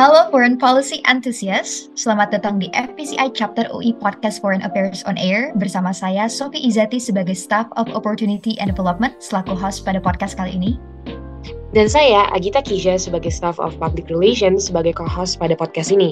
Halo Foreign Policy Enthusiast, selamat datang di FPCI Chapter UI Podcast Foreign Affairs on Air bersama saya Sophie Izati sebagai Staff of Opportunity and Development selaku host pada podcast kali ini. Dan saya, Agita Kisha, sebagai Staff of Public Relations sebagai co-host pada podcast ini.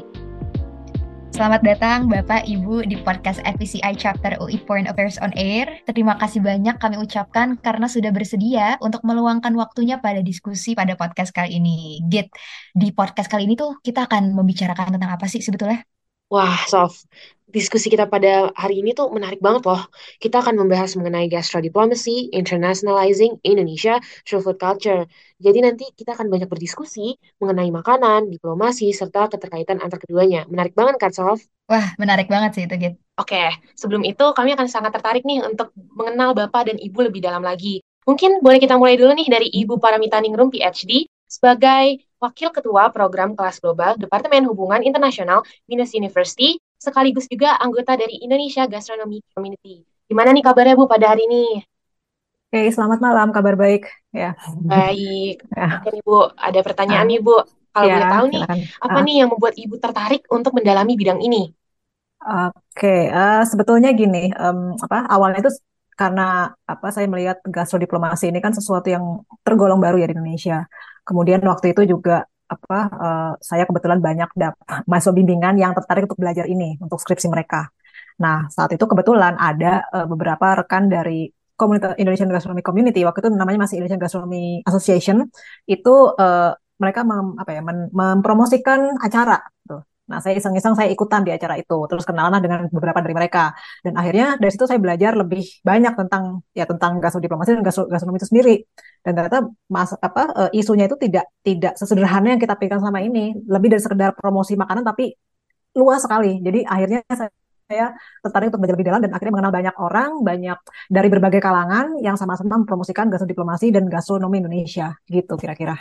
Selamat datang Bapak Ibu di podcast FPCI Chapter UI Foreign Affairs on Air. Terima kasih banyak kami ucapkan karena sudah bersedia untuk meluangkan waktunya pada diskusi pada podcast kali ini. Git, di podcast kali ini tuh kita akan membicarakan tentang apa sih sebetulnya? Wah, Sof, diskusi kita pada hari ini tuh menarik banget loh. Kita akan membahas mengenai gastrodiplomacy, internationalizing Indonesia through food culture. Jadi nanti kita akan banyak berdiskusi mengenai makanan, diplomasi, serta keterkaitan antar keduanya. Menarik banget kan, Sof? Wah, menarik banget sih itu, Git. Oke, sebelum itu kami akan sangat tertarik nih untuk mengenal Bapak dan Ibu lebih dalam lagi. Mungkin boleh kita mulai dulu nih dari Ibu Paramita Ningrum, PhD, sebagai Wakil Ketua Program Kelas Global Departemen Hubungan Internasional Venus University, sekaligus juga anggota dari Indonesia Gastronomy Community. Gimana nih kabarnya Bu pada hari ini? Oke, selamat malam, kabar baik. Ya, Baik. ya, Oke nih Bu, ada pertanyaan nih Bu. Kalau ya, boleh tahu nih, silakan. apa nih yang membuat Ibu tertarik untuk mendalami bidang ini? Oke, sebetulnya gini, awalnya itu karena saya melihat gastrodiplomasi ini kan sesuatu yang tergolong baru ya di Indonesia. Kemudian waktu itu juga saya kebetulan banyak mahasiswa bimbingan yang tertarik untuk belajar ini untuk skripsi mereka. Nah, saat itu kebetulan ada beberapa rekan dari komunitas Indonesian Gastronomy Community, waktu itu namanya masih Indonesian Gastronomy Association, itu mereka mempromosikan acara. Tuh. Nah, saya iseng-iseng saya ikutan di acara itu, terus kenalan dengan beberapa dari mereka, dan akhirnya dari situ saya belajar lebih banyak tentang gastrodiplomasi dan gastronomi itu sendiri. Dan ternyata isunya itu tidak sesederhana yang kita pikirkan selama ini, lebih dari sekedar promosi makanan, tapi luas sekali. Jadi akhirnya saya tertarik untuk belajar lebih dalam dan akhirnya mengenal banyak orang, banyak dari berbagai kalangan yang sama-sama mempromosikan gastrodiplomasi dan gastronomi Indonesia, gitu kira-kira.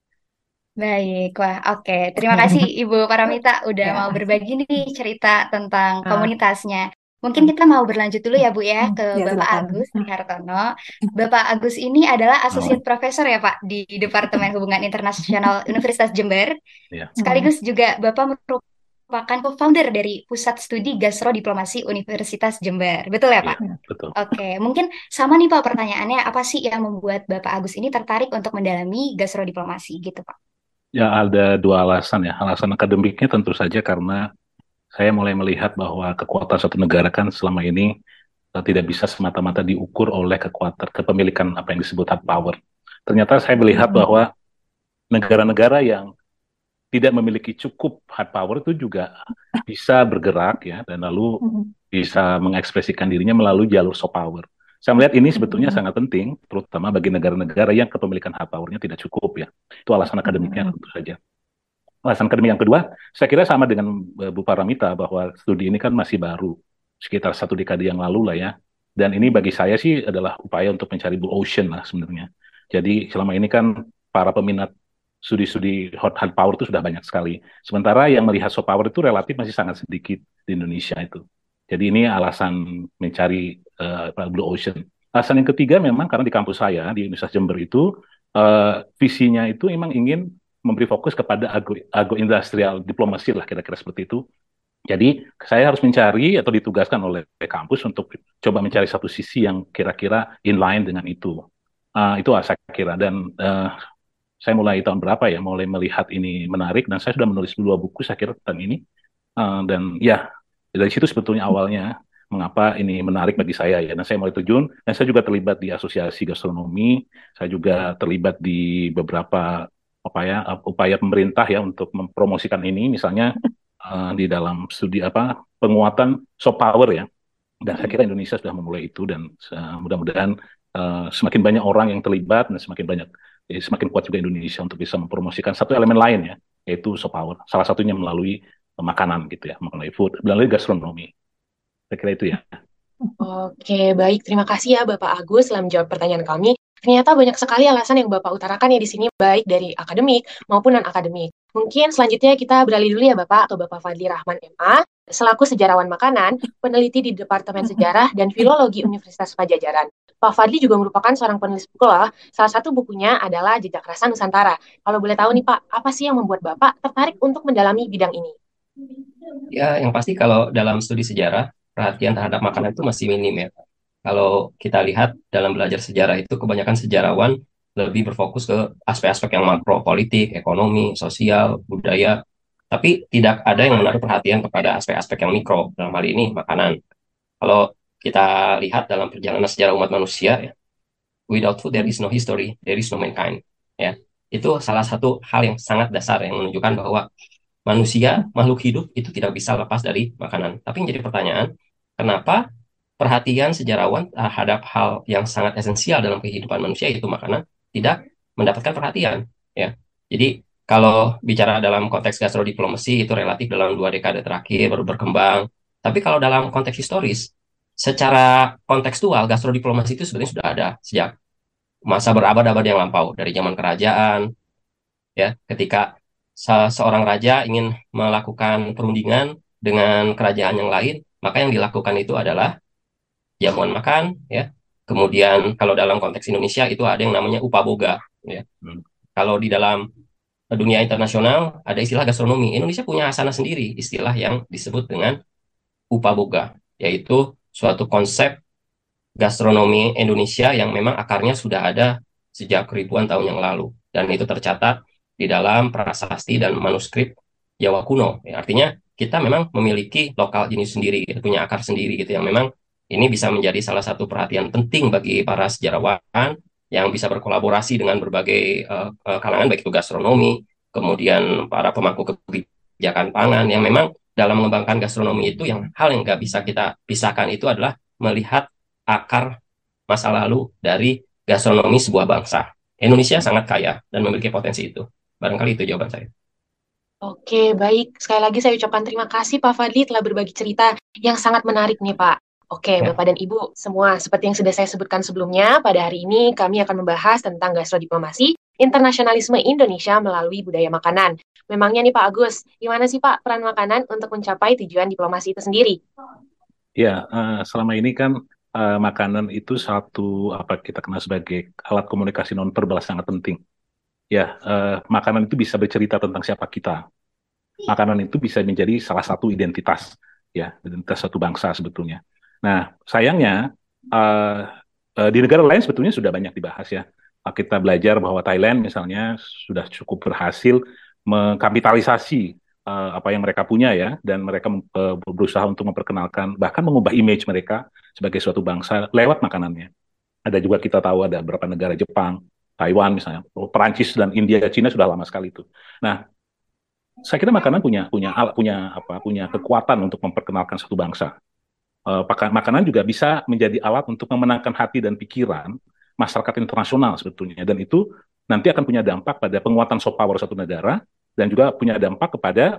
Baik, wah oke. Terima kasih Ibu Paramita udah mau Ya. berbagi nih cerita tentang Ah, komunitasnya. Mungkin kita mau berlanjut dulu ya Bu ya ke ya Bapak silakan. Agus Trihartono. Bapak Agus ini adalah Associate Professor ya Pak di Departemen Hubungan Internasional Universitas Jember. Ya, Sekaligus juga Bapak merupakan co-founder dari Pusat Studi Gastrodiplomasi Universitas Jember. Betul ya Pak? iya, betul. Oke, mungkin sama nih Pak pertanyaannya, apa sih yang membuat Bapak Agus ini tertarik untuk mendalami gastrodiplomasi gitu Pak? Ya, ada dua alasan ya. Alasan akademiknya tentu saja karena saya mulai melihat bahwa kekuatan suatu negara kan selama ini tidak bisa semata-mata diukur oleh kekuatan kepemilikan apa yang disebut hard power. Ternyata saya melihat bahwa negara-negara yang tidak memiliki cukup hard power itu juga bisa bergerak ya dan lalu bisa mengekspresikan dirinya melalui jalur soft power. Saya melihat ini sebetulnya sangat penting, terutama bagi negara-negara yang kepemilikan hard power-nya tidak cukup ya. Itu alasan akademiknya tentu saja. Alasan akademik yang kedua, saya kira sama dengan Bu Paramita bahwa studi ini kan masih baru, sekitar 1 dekade yang lalu lah ya. Dan ini bagi saya sih adalah upaya untuk mencari blue ocean lah sebenarnya. Jadi selama ini kan para peminat studi-studi hard power itu sudah banyak sekali. Sementara yang melihat soft power itu relatif masih sangat sedikit di Indonesia itu. Jadi ini alasan mencari blue ocean. Alasan yang ketiga memang karena di kampus saya di Universitas Jember itu visinya itu memang ingin memberi fokus kepada agro-industrial diplomasi lah kira-kira seperti itu. Jadi saya harus mencari atau ditugaskan oleh kampus untuk coba mencari satu sisi yang kira-kira inline dengan itu. Itu saya kira dan saya mulai tahun berapa ya mulai melihat ini menarik dan saya sudah menulis 2 buku saya kira tentang ini. Dan ya dari situ sebetulnya awalnya mengapa ini menarik bagi saya ya dan saya mulai terjun dan saya juga terlibat di asosiasi gastronomi, saya juga terlibat di beberapa upaya pemerintah ya untuk mempromosikan ini misalnya di dalam studi penguatan soft power ya dan saya kira Indonesia sudah memulai itu dan mudah-mudahan semakin banyak orang yang terlibat dan semakin kuat juga Indonesia untuk bisa mempromosikan satu elemen lain ya yaitu soft power salah satunya melalui makanan gitu ya melalui food melalui gastronomi. Saya kira itu ya. Oke, baik. Terima kasih ya Bapak Agus telah menjawab pertanyaan kami. Ternyata banyak sekali alasan yang Bapak utarakan ya di sini, baik dari akademik maupun non-akademik. Mungkin selanjutnya kita beralih dulu ya Bapak, atau Bapak Fadli Rahman MA, selaku sejarawan makanan, peneliti di Departemen Sejarah dan Filologi Universitas Pajajaran. Pak Fadli juga merupakan seorang penulis buku loh. Salah satu bukunya adalah Jejak Rasa Nusantara. Kalau boleh tahu nih Pak, apa sih yang membuat Bapak tertarik untuk mendalami bidang ini? Ya, yang pasti kalau dalam studi sejarah, perhatian terhadap makanan itu masih minim ya. Kalau kita lihat dalam belajar sejarah itu, kebanyakan sejarawan lebih berfokus ke aspek-aspek yang makro, politik, ekonomi, sosial, budaya, tapi tidak ada yang menaruh perhatian kepada aspek-aspek yang mikro, dalam hal ini makanan. Kalau kita lihat dalam perjalanan sejarah umat manusia, ya, without food there is no history, there is no mankind. Ya, itu salah satu hal yang sangat dasar yang menunjukkan bahwa manusia, makhluk hidup itu tidak bisa lepas dari makanan. Tapi yang jadi pertanyaan, kenapa perhatian sejarawan terhadap hal yang sangat esensial dalam kehidupan manusia yaitu makanan tidak mendapatkan perhatian? Ya, jadi kalau bicara dalam konteks gastrodiplomasi itu relatif dalam 2 dekade terakhir baru berkembang. Tapi kalau dalam konteks historis, secara kontekstual gastrodiplomasi itu sebenarnya sudah ada sejak masa berabad-abad yang lampau dari zaman kerajaan ya ketika seorang raja ingin melakukan perundingan dengan kerajaan yang lain, maka yang dilakukan itu adalah jamuan makan, ya. Kemudian kalau dalam konteks Indonesia itu ada yang namanya upaboga, ya. Kalau di dalam dunia internasional ada istilah gastronomi. Indonesia punya asana sendiri, istilah yang disebut dengan upaboga, yaitu suatu konsep gastronomi Indonesia yang memang akarnya sudah ada sejak ribuan tahun yang lalu. Dan itu tercatat di dalam prasasti dan manuskrip Jawa kuno. Ya, artinya kita memang memiliki lokal jenis sendiri, gitu, punya akar sendiri gitu yang memang ini bisa menjadi salah satu perhatian penting bagi para sejarawan yang bisa berkolaborasi dengan berbagai kalangan, baik itu gastronomi, kemudian para pemangku kebijakan pangan yang memang dalam mengembangkan gastronomi itu yang hal yang nggak bisa kita pisahkan itu adalah melihat akar masa lalu dari gastronomi sebuah bangsa. Indonesia sangat kaya dan memiliki potensi itu. Barangkali itu jawaban saya. Oke, baik. Sekali lagi saya ucapkan terima kasih Pak Fadli telah berbagi cerita yang sangat menarik nih Pak. Oke, Ya. Bapak dan Ibu semua, seperti yang sudah saya sebutkan sebelumnya, pada hari ini kami akan membahas tentang gastrodiplomasi, internasionalisme Indonesia melalui budaya makanan. Memangnya nih Pak Agus, gimana sih Pak peran makanan untuk mencapai tujuan diplomasi itu sendiri? Ya, selama ini kan makanan itu satu apa kita kenal sebagai alat komunikasi nonverbal sangat penting. Ya, makanan itu bisa bercerita tentang siapa kita. Makanan itu bisa menjadi salah satu identitas, ya, identitas satu bangsa sebetulnya. Nah, sayangnya di negara lain sebetulnya sudah banyak dibahas ya. Kita belajar bahwa Thailand misalnya sudah cukup berhasil mengkapitalisasi apa yang mereka punya ya, dan mereka berusaha untuk memperkenalkan bahkan mengubah image mereka sebagai suatu bangsa lewat makanannya. Ada juga kita tahu ada beberapa negara Jepang, Taiwan misalnya, Perancis dan India, Cina sudah lama sekali itu. Nah, saya kira makanan punya kekuatan untuk memperkenalkan satu bangsa. Makanan juga bisa menjadi alat untuk memenangkan hati dan pikiran masyarakat internasional sebetulnya, dan itu nanti akan punya dampak pada penguatan soft power satu negara dan juga punya dampak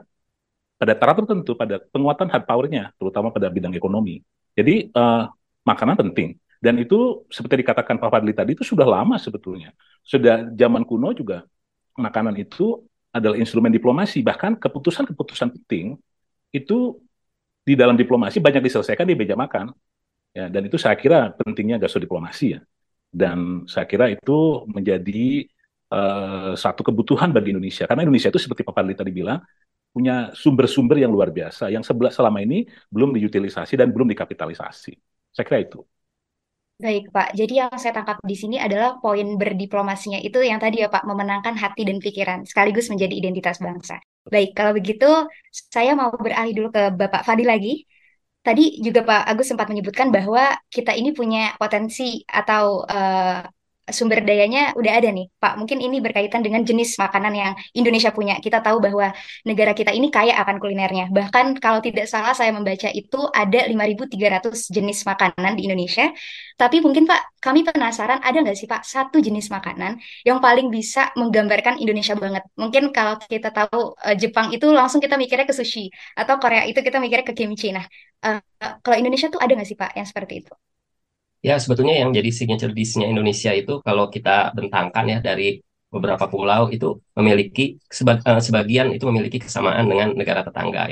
pada taraf tertentu pada penguatan hard power-nya terutama pada bidang ekonomi. Jadi makanan penting, dan itu seperti dikatakan Pak Fadli tadi itu sudah lama sebetulnya, sudah zaman kuno juga makanan itu adalah instrumen diplomasi, bahkan keputusan-keputusan penting itu di dalam diplomasi banyak diselesaikan di meja makan, ya, dan itu saya kira pentingnya gastrodiplomasi ya, dan saya kira itu menjadi satu kebutuhan bagi Indonesia karena Indonesia itu seperti Pak Fadli tadi bilang punya sumber-sumber yang luar biasa yang selama ini belum diutilisasi dan belum dikapitalisasi. Saya kira itu. Baik, Pak. Jadi yang saya tangkap di sini adalah poin berdiplomasinya itu yang tadi ya, Pak, memenangkan hati dan pikiran, sekaligus menjadi identitas bangsa. Baik, kalau begitu saya mau beralih dulu ke Bapak Fadil lagi. Tadi juga Pak Agus sempat menyebutkan bahwa kita ini punya potensi atau sumber dayanya udah ada nih, Pak. Mungkin ini berkaitan dengan jenis makanan yang Indonesia punya. Kita tahu bahwa negara kita ini kaya akan kulinernya. Bahkan kalau tidak salah saya membaca itu ada 5.300 jenis makanan di Indonesia. Tapi mungkin Pak, kami penasaran ada nggak sih Pak satu jenis makanan yang paling bisa menggambarkan Indonesia banget? Mungkin kalau kita tahu Jepang itu langsung kita mikirnya ke sushi, atau Korea itu kita mikirnya ke kimchi. Nah, kalau Indonesia tuh ada nggak sih Pak yang seperti itu? Ya, sebetulnya yang jadi signature dish-nya Indonesia itu kalau kita bentangkan ya dari beberapa pulau itu memiliki sebagian itu memiliki kesamaan dengan negara tetangga ya.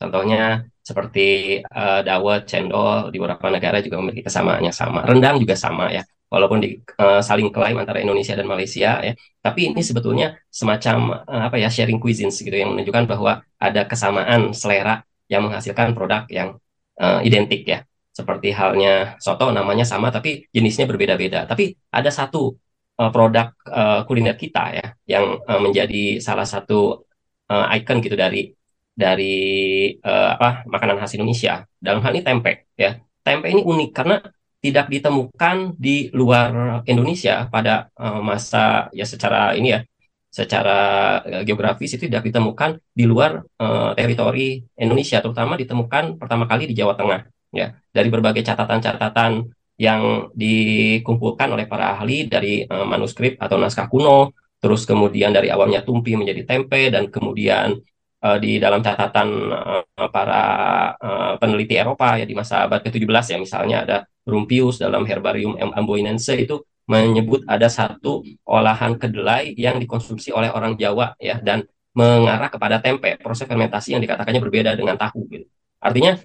Contohnya seperti dawet, cendol di beberapa negara juga memiliki kesamaan yang sama. Rendang juga sama ya. Walaupun saling klaim antara Indonesia dan Malaysia ya, tapi ini sebetulnya semacam apa ya, sharing cuisines gitu, yang menunjukkan bahwa ada kesamaan selera yang menghasilkan produk yang identik ya. Seperti halnya soto, namanya sama tapi jenisnya berbeda-beda. Tapi ada satu produk kuliner kita ya yang menjadi salah satu icon gitu dari makanan khas Indonesia. Dalam hal ini tempe ya. Tempe ini unik karena tidak ditemukan di luar Indonesia pada masa ya, secara geografis itu tidak ditemukan di luar teritori Indonesia, terutama ditemukan pertama kali di Jawa Tengah ya. Dari berbagai catatan-catatan yang dikumpulkan oleh para ahli dari manuskrip atau naskah kuno, terus kemudian dari awalnya tumpi menjadi tempe, dan kemudian di dalam catatan para peneliti Eropa ya di masa abad ke-17 ya, misalnya ada Rumpius dalam Herbarium Amboinense itu menyebut ada satu olahan kedelai yang dikonsumsi oleh orang Jawa ya, dan mengarah kepada tempe. Proses fermentasi yang dikatakannya berbeda dengan tahu gitu. Artinya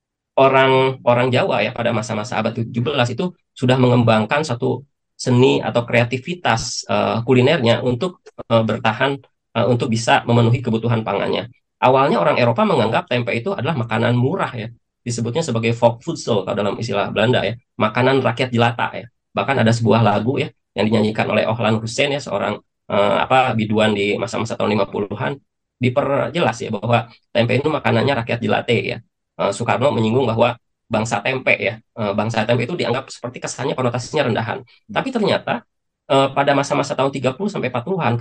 orang Jawa ya pada masa-masa abad 17 itu sudah mengembangkan satu seni atau kreativitas kulinernya untuk bertahan, untuk bisa memenuhi kebutuhan pangannya. Awalnya orang Eropa menganggap tempe itu adalah makanan murah ya. Disebutnya sebagai volksvoedsel kalau dalam istilah Belanda ya, makanan rakyat jelata ya. Bahkan ada sebuah lagu ya yang dinyanyikan oleh Ohlan Hussein ya, seorang biduan di masa-masa tahun 50-an, diperjelas ya bahwa tempe itu makanannya rakyat jelate ya. Soekarno menyinggung bahwa bangsa tempe ya, bangsa tempe itu dianggap seperti kesannya konotasinya rendahan. Tapi ternyata pada masa-masa tahun 30 sampai 40-an,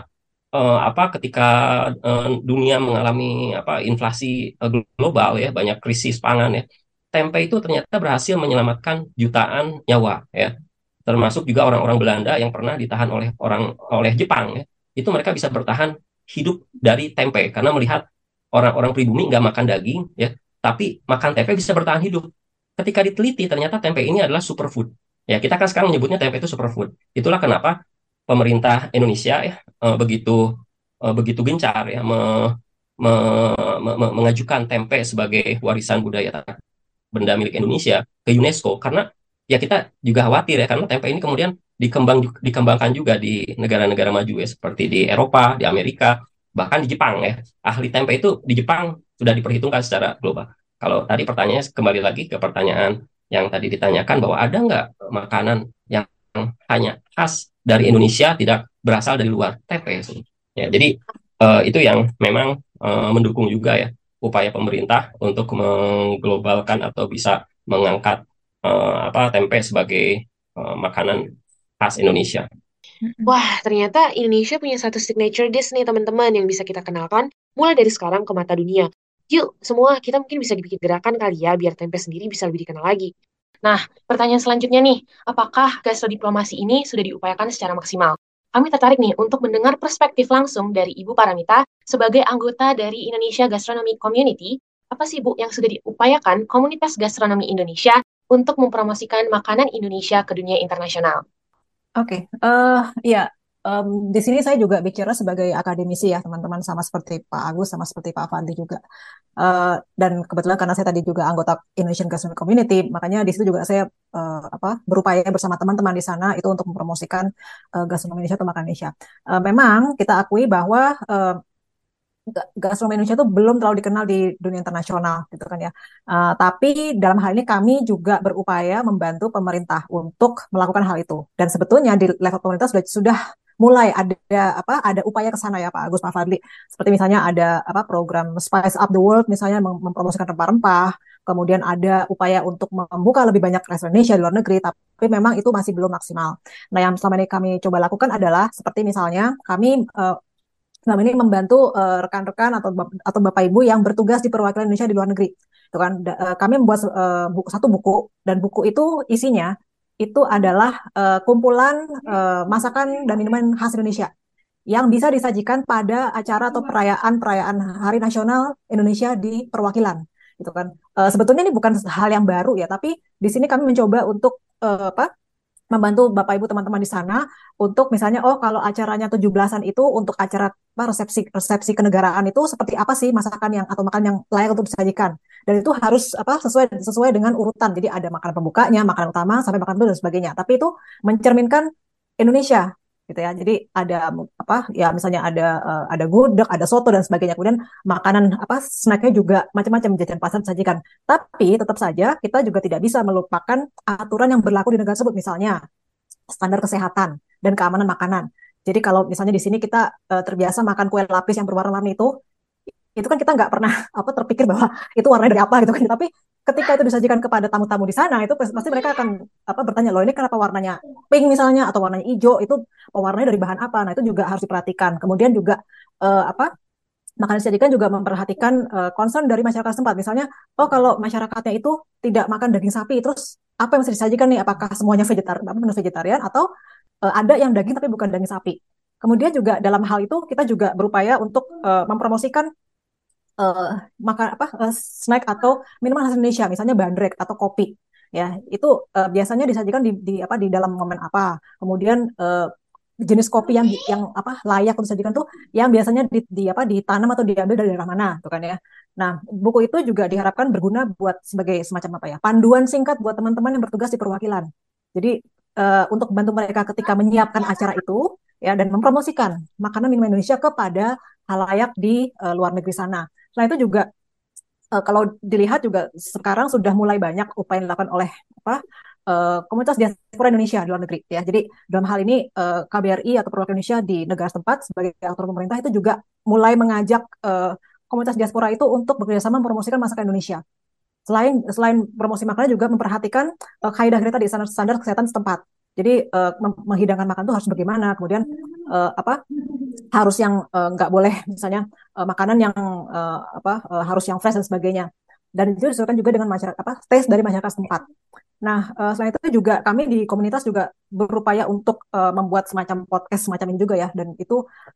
ketika dunia mengalami inflasi global ya, banyak krisis pangan ya. Tempe itu ternyata berhasil menyelamatkan jutaan nyawa ya. Termasuk juga orang-orang Belanda yang pernah ditahan oleh Jepang ya. Itu mereka bisa bertahan hidup dari tempe karena melihat orang-orang pribumi nggak makan daging ya, tapi makan tempe bisa bertahan hidup. Ketika diteliti ternyata tempe ini adalah superfood. Ya, kita kan sekarang menyebutnya tempe itu superfood. Itulah kenapa pemerintah Indonesia ya begitu gencar ya mengajukan tempe sebagai warisan budaya benda milik Indonesia ke UNESCO, karena ya kita juga khawatir ya, karena tempe ini kemudian dikembangkan juga di negara-negara maju ya, seperti di Eropa, di Amerika, bahkan di Jepang ya. Ahli tempe itu di Jepang sudah diperhitungkan secara global. Kalau tadi pertanyaannya kembali lagi ke pertanyaan yang tadi ditanyakan, bahwa ada nggak makanan yang hanya khas dari Indonesia tidak berasal dari luar, tempe ya. Jadi itu yang memang mendukung juga ya upaya pemerintah untuk mengglobalkan atau bisa mengangkat tempe sebagai makanan khas Indonesia. Wah, ternyata Indonesia punya satu signature dish nih teman-teman yang bisa kita kenalkan mulai dari sekarang ke mata dunia. Yuk, semua kita mungkin bisa dibikin gerakan kali ya biar tempe sendiri bisa lebih dikenal lagi. Nah, pertanyaan selanjutnya nih, apakah gastrodiplomasi ini sudah diupayakan secara maksimal? Kami tertarik nih untuk mendengar perspektif langsung dari Ibu Paramita sebagai anggota dari Indonesia Gastronomy Community. Apa sih Bu yang sudah diupayakan komunitas gastronomi Indonesia untuk mempromosikan makanan Indonesia ke dunia internasional? Oke, ya, di sini saya juga bicara sebagai akademisi ya teman-teman, sama seperti Pak Agus, sama seperti Pak Fadli juga. Dan kebetulan karena saya tadi juga anggota Indonesian Gastronomy Community, makanya di situ juga saya berupaya bersama teman-teman di sana itu untuk mempromosikan gastronomi Indonesia atau makanan Indonesia. Memang kita akui bahwa gastronomi Indonesia itu belum terlalu dikenal di dunia internasional gitu kan ya. Tapi dalam hal ini kami juga berupaya membantu pemerintah untuk melakukan hal itu. Dan sebetulnya di level pemerintah sudah mulai ada upaya ke sana ya Pak Agus, Pak Fadli. Seperti misalnya ada program Spice Up the World, misalnya mempromosikan rempah-rempah. Kemudian ada upaya untuk membuka lebih banyak restoran Indonesia di luar negeri, tapi memang itu masih belum maksimal. Nah, yang selama ini kami coba lakukan adalah seperti misalnya kami selama ini membantu rekan-rekan atau Bapak Ibu yang bertugas di perwakilan Indonesia di luar negeri. Itu kan kami membuat satu buku, dan buku itu isinya itu adalah kumpulan masakan dan minuman khas Indonesia yang bisa disajikan pada acara atau perayaan Hari Nasional Indonesia di perwakilan. Gitu kan. Sebetulnya ini bukan hal yang baru ya, tapi di sini kami mencoba untuk membantu Bapak Ibu teman-teman di sana untuk misalnya oh kalau acaranya 17-an itu untuk acara resepsi resepsi kenegaraan itu seperti apa sih masakan yang atau makan yang layak untuk disajikan. Dan itu harus sesuai sesuai dengan urutan. Jadi ada makanan pembukanya, makanan utama sampai makanan itu dan sebagainya. Tapi itu mencerminkan Indonesia gitu ya. Jadi ada ya misalnya ada gudeg, ada soto dan sebagainya. Kemudian makanan snacknya juga macam-macam jajan pasar disajikan. Tapi tetap saja kita juga tidak bisa melupakan aturan yang berlaku di negara tersebut, misalnya standar kesehatan dan keamanan makanan. Jadi kalau misalnya di sini kita terbiasa makan kue lapis yang berwarna-warni itu kan kita nggak pernah terpikir bahwa itu warnanya dari apa gitu kan. Tapi ketika itu disajikan kepada tamu-tamu di sana, itu pasti mereka akan bertanya, loh ini kenapa warnanya pink misalnya atau warnanya hijau, itu warnanya dari bahan apa? Nah itu juga harus diperhatikan. Kemudian juga makanan disajikan juga memperhatikan concern dari masyarakat setempat. Misalnya, oh kalau masyarakatnya itu tidak makan daging sapi, terus apa yang mesti disajikan nih? Apakah semuanya vegetarian atau ada yang daging tapi bukan daging sapi? Kemudian juga dalam hal itu kita juga berupaya untuk mempromosikan uh, makan snack atau minuman khas Indonesia, misalnya bandrek atau kopi. Ya, itu biasanya disajikan di dalam momen apa. Kemudian jenis kopi yang layak untuk disajikan tuh yang biasanya ditanam atau diambil dari daerah mana, tuh kan ya. Nah, buku itu juga diharapkan berguna buat sebagai semacam panduan singkat buat teman-teman yang bertugas di perwakilan. Jadi untuk bantu mereka ketika menyiapkan acara itu ya dan mempromosikan makanan minuman Indonesia kepada halayak di luar negeri sana. Selain itu juga kalau dilihat juga sekarang sudah mulai banyak upaya yang dilakukan oleh komunitas diaspora Indonesia di luar negeri ya. Jadi dalam hal ini KBRI atau perwakilan Indonesia di negara setempat sebagai aktor pemerintah itu juga mulai mengajak komunitas diaspora itu untuk bekerjasama mempromosikan masakan Indonesia. Selain promosi makanan juga memperhatikan kaidah-kaidah tadi standar kesehatan setempat. Jadi menghidangkan makan itu harus bagaimana, kemudian harus yang nggak boleh misalnya makanan yang harus yang fresh dan sebagainya. Dan itu disesuaikan juga dengan masyarakat taste dari masyarakat setempat. Nah, selain itu juga kami di komunitas juga berupaya untuk membuat semacam podcast semacam ini juga ya, dan itu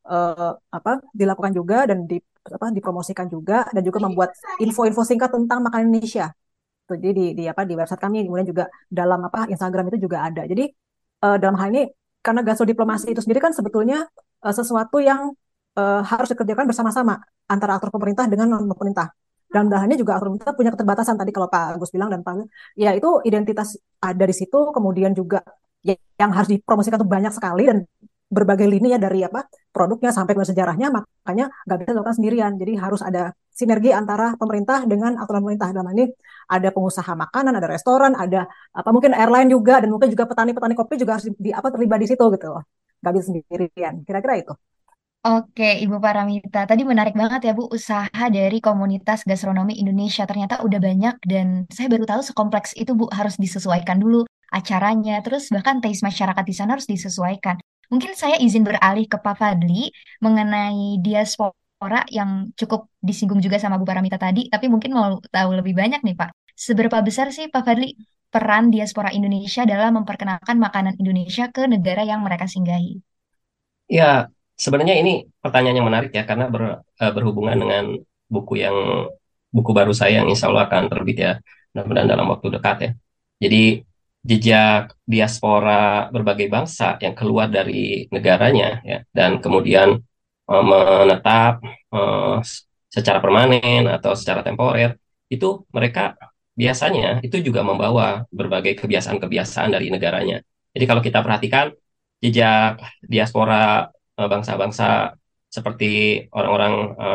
dilakukan juga dan dipromosikan juga dan juga membuat info-info singkat tentang makanan Indonesia. Tuh, jadi di website kami kemudian juga dalam Instagram itu juga ada. Jadi dalam hal ini karena gastrodiplomasi itu sendiri kan sebetulnya sesuatu yang harus dikerjakan bersama-sama antara aktor pemerintah dengan non pemerintah. Dan dalamnya juga aktor pemerintah punya keterbatasan tadi kalau Pak Agus bilang dan Pak, ya itu identitas ada di situ, kemudian juga yang harus dipromosikan itu banyak sekali dan berbagai lini ya dari produknya sampai ke sejarahnya, makanya nggak bisa dilakukan sendirian. Jadi harus ada sinergi antara pemerintah dengan aturan pemerintah. Dalam ini ada pengusaha makanan, ada restoran, ada mungkin airline juga, dan mungkin juga petani-petani kopi juga harus terlibat di situ gitu loh. Nggak bisa sendirian. Kira-kira itu. Oke, Ibu Paramita. Tadi menarik banget ya, Bu, usaha dari komunitas gastronomi Indonesia. Ternyata udah banyak dan saya baru tahu sekompleks itu, Bu, harus disesuaikan dulu acaranya. Terus bahkan taste masyarakat di sana harus disesuaikan. Mungkin saya izin beralih ke Pak Fadli mengenai diaspora yang cukup disinggung juga sama Bu Paramita tadi. Tapi mungkin mau tahu lebih banyak nih, Pak. Seberapa besar sih, Pak Fadli, peran diaspora Indonesia dalam memperkenalkan makanan Indonesia ke negara yang mereka singgahi? Ya, sebenarnya ini pertanyaan yang menarik ya, karena berhubungan dengan buku yang buku baru saya yang insya Allah akan terbit ya, mudah-mudahan dalam waktu dekat ya. Jadi jejak diaspora berbagai bangsa yang keluar dari negaranya ya, dan kemudian menetap secara permanen atau secara temporer, itu mereka biasanya itu juga membawa berbagai kebiasaan-kebiasaan dari negaranya. Jadi kalau kita perhatikan jejak diaspora bangsa-bangsa seperti orang-orang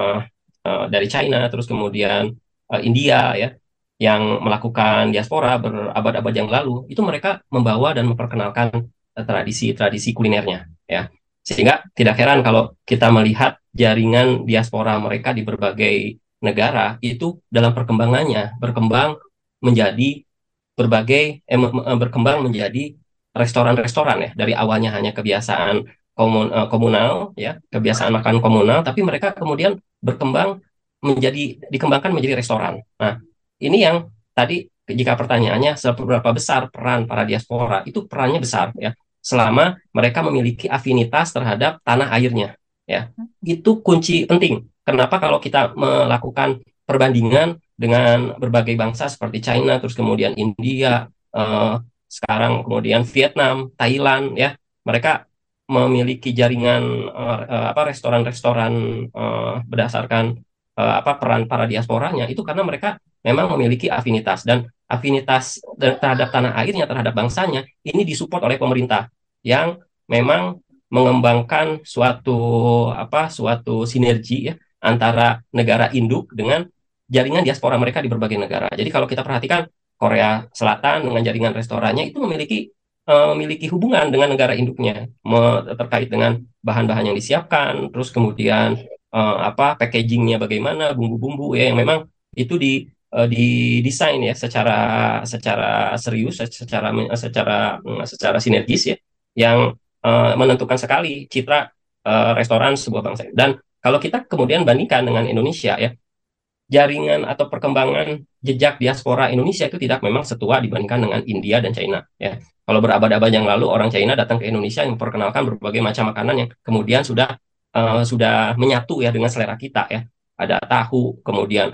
dari China, terus kemudian India ya, yang melakukan diaspora berabad-abad yang lalu, itu mereka membawa dan memperkenalkan tradisi-tradisi kulinernya ya. Sehingga tidak heran kalau kita melihat jaringan diaspora mereka di berbagai negara itu dalam perkembangannya berkembang menjadi berkembang menjadi restoran-restoran ya, dari awalnya hanya kebiasaan komunal ya, kebiasaan makan komunal, tapi mereka kemudian dikembangkan menjadi restoran. Nah, ini yang tadi jika pertanyaannya seberapa besar peran para diaspora, itu perannya besar ya, selama mereka memiliki afinitas terhadap tanah airnya ya. Itu kunci penting. Kenapa kalau kita melakukan perbandingan dengan berbagai bangsa seperti China, terus kemudian India, sekarang kemudian Vietnam, Thailand ya, mereka memiliki jaringan restoran-restoran berdasarkan peran para diasporanya itu karena mereka memang memiliki afinitas dan afinitas terhadap tanah airnya, terhadap bangsanya ini disupport oleh pemerintah yang memang mengembangkan suatu sinergi ya antara negara induk dengan jaringan diaspora mereka di berbagai negara. Jadi kalau kita perhatikan Korea Selatan dengan jaringan restorannya itu memiliki hubungan dengan negara induknya terkait dengan bahan-bahan yang disiapkan, terus kemudian packagingnya bagaimana, bumbu-bumbu ya yang memang itu didesain ya secara serius, secara sinergis ya, yang menentukan sekali citra restoran sebuah bangsa. Dan kalau kita kemudian bandingkan dengan Indonesia ya, jaringan atau perkembangan jejak diaspora Indonesia itu tidak memang setua dibandingkan dengan India dan China ya. Kalau berabad-abad yang lalu orang China datang ke Indonesia yang memperkenalkan berbagai macam makanan yang kemudian sudah menyatu ya dengan selera kita ya. Ada tahu, kemudian